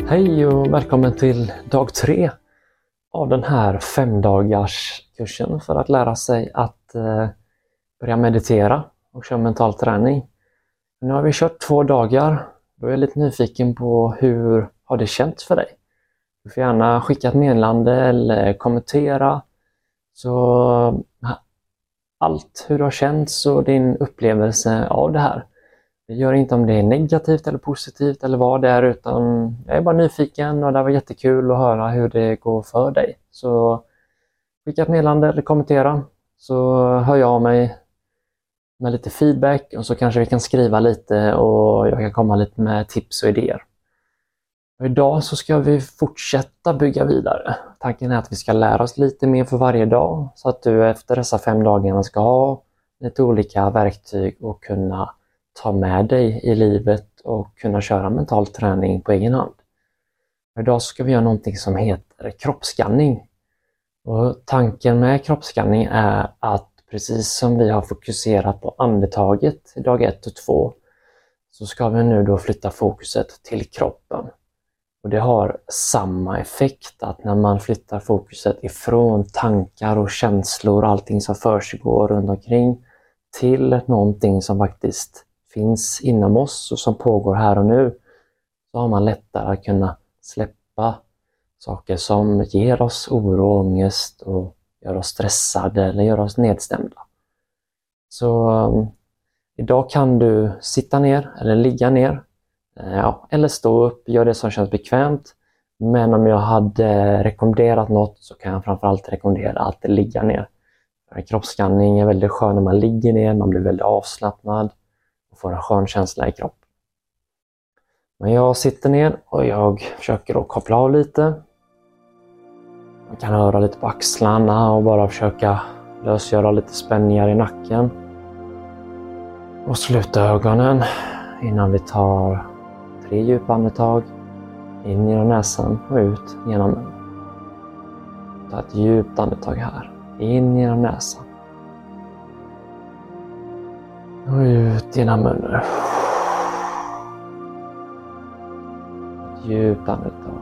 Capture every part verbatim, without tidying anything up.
Hej och välkommen till dag tre av den här femdagars kursen för att lära sig att eh, börja meditera och köra mental träning. Nu har vi kört två dagar. Då är jag lite nyfiken på hur har det känts för dig. Du får gärna skicka ett meddelande eller kommentera. Så allt hur det har känts och din upplevelse av det här. Det gör inte om det är negativt eller positivt eller vad det är, utan jag är bara nyfiken och det var jättekul att höra hur det går för dig. Så skicka ett meddelande eller kommentera så hör jag av mig med lite feedback och så kanske vi kan skriva lite och jag kan komma lite med tips och idéer. Och idag så ska vi fortsätta bygga vidare. Tanken är att vi ska lära oss lite mer för varje dag så att du efter dessa fem dagarna ska ha lite olika verktyg och kunna ta med dig i livet och kunna köra mental träning på egen hand. Idag ska vi göra någonting som heter kroppsskanning. Och tanken med kroppsskanning är att precis som vi har fokuserat på andetaget i dag ett och två så ska vi nu då flytta fokuset till kroppen. Och det har samma effekt att när man flyttar fokuset ifrån tankar och känslor och allting som försiggår runt omkring till någonting som faktiskt finns inom oss och som pågår här och nu, så har man lättare att kunna släppa saker som ger oss oro och ångest och gör oss stressade eller gör oss nedstämda. Så um, idag kan du sitta ner eller ligga ner ja, eller stå upp, gör det som känns bekvämt. Men om jag hade rekommenderat något så kan jag framförallt rekommendera att ligga ner. Kroppsskanning är väldigt skön när man ligger ner, man blir väldigt avslappnad och får en skön känsla i kroppen. Men jag sitter ner och jag försöker att koppla av lite. Man kan höra lite på axlarna och bara försöka lösgöra lite spänningar i nacken. Och sluta ögonen innan vi tar tre djupa andetag in genom näsan och ut genom munnen. Ta ett djupt andetag här. In genom näsan. Och ut genom munnen. Ett djupt andetag.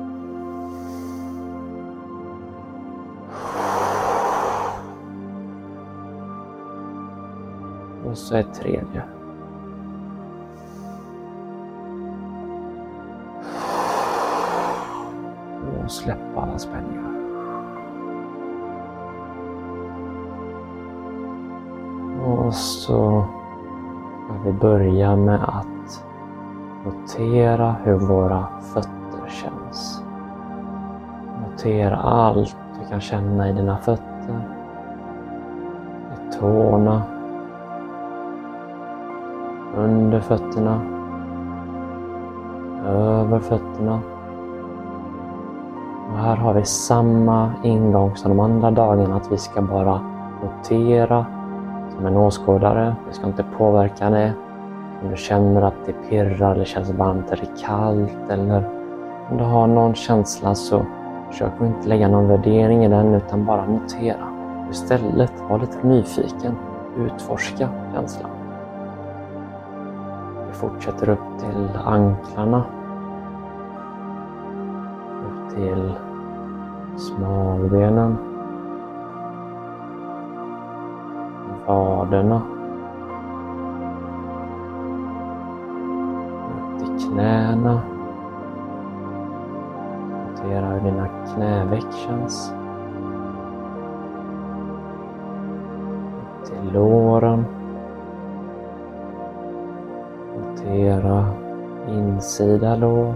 Och så ett tredje. Och släppa alla spänningar. Och så ska vi börja med att notera hur våra fötter känns. Notera allt du kan känna i dina fötter, i tårna, under fötterna, över fötterna. Och här har vi samma ingång som de andra dagarna, att vi ska bara notera som en åskådare. Vi ska inte påverka det. Om du känner att det pirrar eller känns varmt eller kallt eller om du har någon känsla, så försök att inte lägga någon värdering i den utan bara notera. Istället var lite nyfiken, utforska känslan. Vi fortsätter upp till anklarna. Upp till smalbenen. Vaderna. Upp till knäna. Notera hur dina knäveck känns. Upp till låren. Notera insida lår.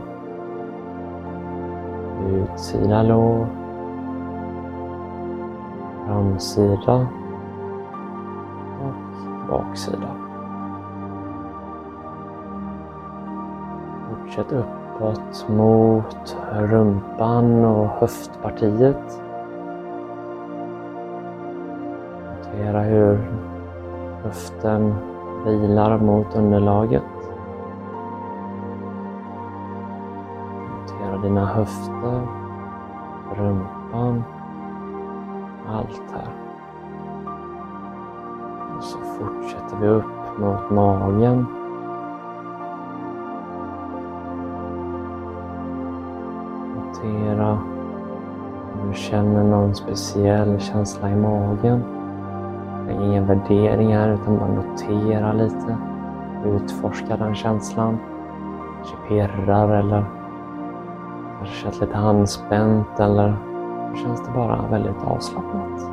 Utsida lår. Framsida. Baksida. Fortsätt uppåt mot rumpan och höftpartiet. Notera hur höften vilar mot underlaget. Notera dina höfter, rumpan, allt här. Och så fortsätter vi upp mot magen. Notera om du känner någon speciell känsla i magen. Lägg ingen värdering här utan bara notera lite. Utforska den känslan. Kanske pirrar eller kanske känns lite anspänt eller känns det bara väldigt avslappnat.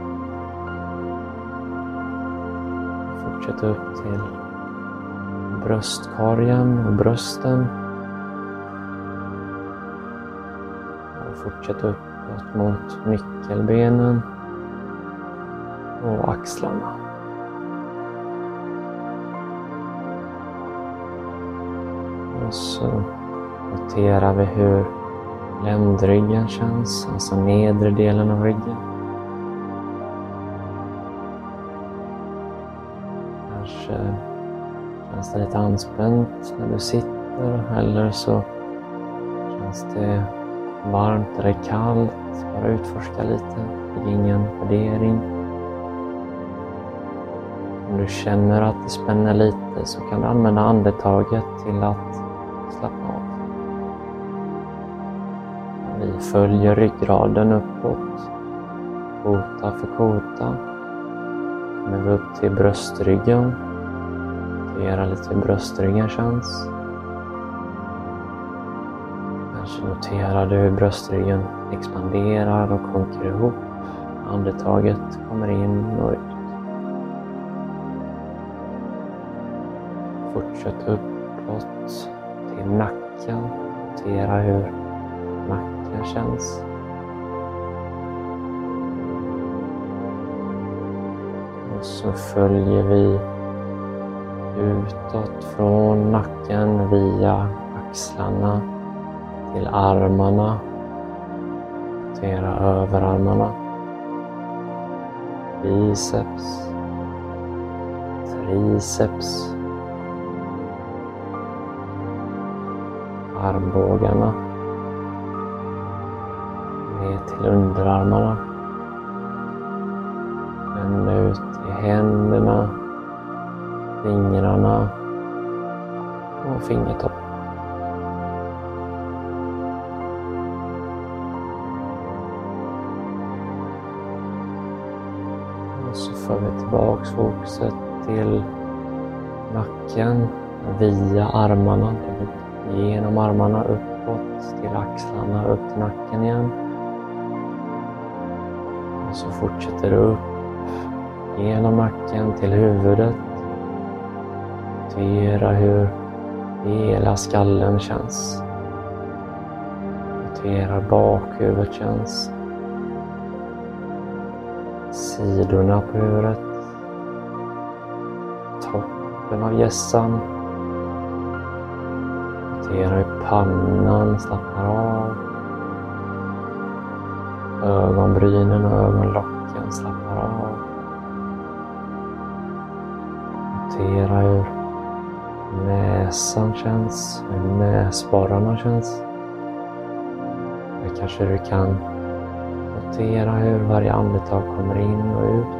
Fortsätt upp till bröstkorgen och brösten. Och fortsätt uppåt mot nyckelbenen och axlarna. Och så noterar vi hur ländryggen känns, alltså nedre delen av ryggen. Kanske känns det lite anspänt när du sitter eller så känns det varmt eller kallt. Bara utforska lite, det är ingen värdering. Om du känner att det spänner lite så kan du använda andetaget till att slappna av. Vi följer ryggraden uppåt, kota för kota. Kommer vi upp till bröstryggen. Notera lite hur bröstryggen känns. Kanske noterar du hur bröstryggen expanderar och sjunker ihop. Andetaget kommer in och ut. Fortsätt uppåt till nacken. Notera hur nacken känns. Och så följer vi utåt från nacken via axlarna till armarna. Notera överarmarna. Biceps. Triceps. Armbågarna. Ner till underarmarna. Ända ut i händerna. Fingrarna. Och fingertoppen. Och så för vi tillbaks fokuset till nacken via armarna. Genom armarna uppåt till axlarna, upp till nacken igen. Och så fortsätter du upp genom nacken till huvudet. Notera hur hela skallen känns. Notera bakhuvudet känns. Sidorna på huvudet. Toppen av hjässan. Notera hur pannan slappnar av. Ögonbrynen och ögonlocken slappnar av. Notera hur näsan känns, hur näsborrarna känns. Eller kanske du kan notera hur varje andetag kommer in och ut.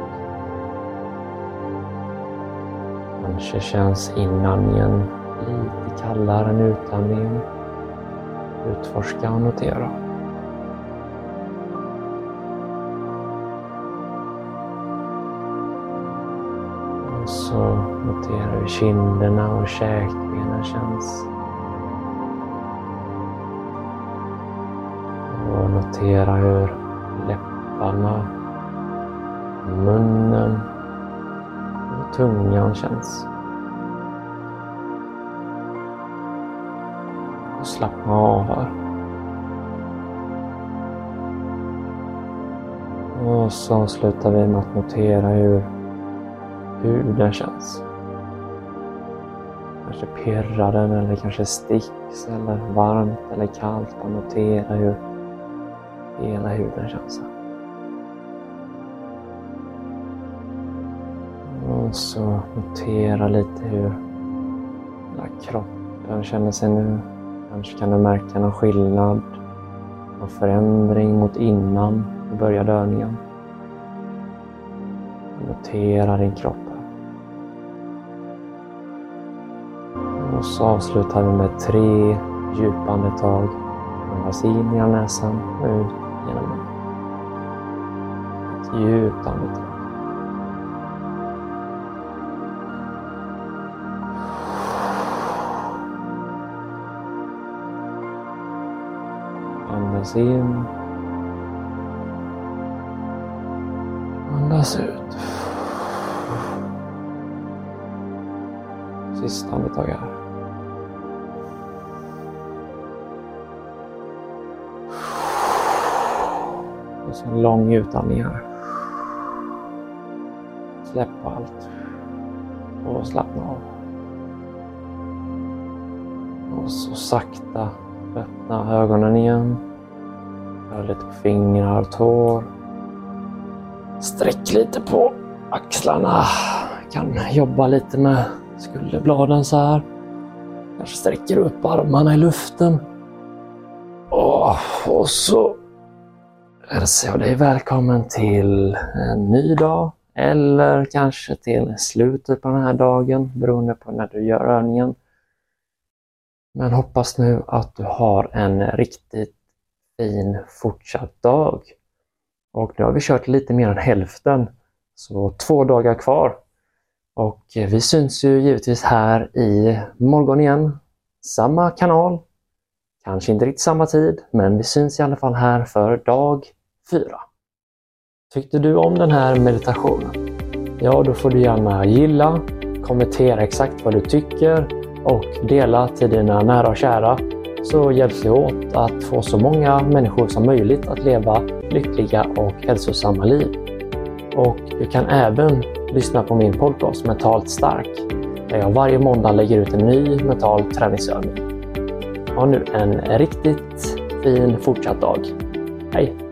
Kanske känns inandningen lite kallare än utandningen. Utforska och notera. Och så noterar hur kinderna och käkbenen känns. Och notera hur läpparna, munnen och tungan känns. Och slappna av här. Och så avslutar vi med att notera hur huden känns. Kanske pirrar den eller kanske sticks eller varmt eller kallt. Bara notera hur hela huden känns. Och så notera lite hur hela kroppen känner sig nu. Kanske kan du märka någon skillnad, någon förändring mot innan du började övningen. Notera din kropp. Och så avslutar vi med tre djupa andetag. Andas in genom näsan och ut genom munnen. Ett djupt andetag. Andas in. Andas ut. Sista andetag här. Och så en lång utandning här. Släpp allt. Och slappna av. Och så sakta öppna ögonen igen. Rör lite på fingrar och tår. Sträck lite på axlarna. Kan jobba lite med skulderbladen så här. Kanske sträcker upp armarna i luften. Och, och så hälsar jag dig välkommen till en ny dag. Eller kanske till slutet på den här dagen. Beroende på när du gör övningen. Men hoppas nu att du har en riktigt fin fortsatt dag. Och nu har vi kört lite mer än hälften. Så två dagar kvar. Och vi syns ju givetvis här i morgon igen. Samma kanal. Kanske inte riktigt samma tid. Men vi syns i alla fall här för dag fyra. Tyckte du om den här meditationen? Ja, då får du gärna gilla. Kommentera exakt vad du tycker. Och dela till dina nära och kära. Så hjälps vi åt att få så många människor som möjligt att leva lyckliga och hälsosamma liv. Och du kan även lyssna på min podcast Mentalt Stark. Där jag varje måndag lägger ut en ny mental träningsövning. Ha nu en riktigt fin fortsatt dag. Hej!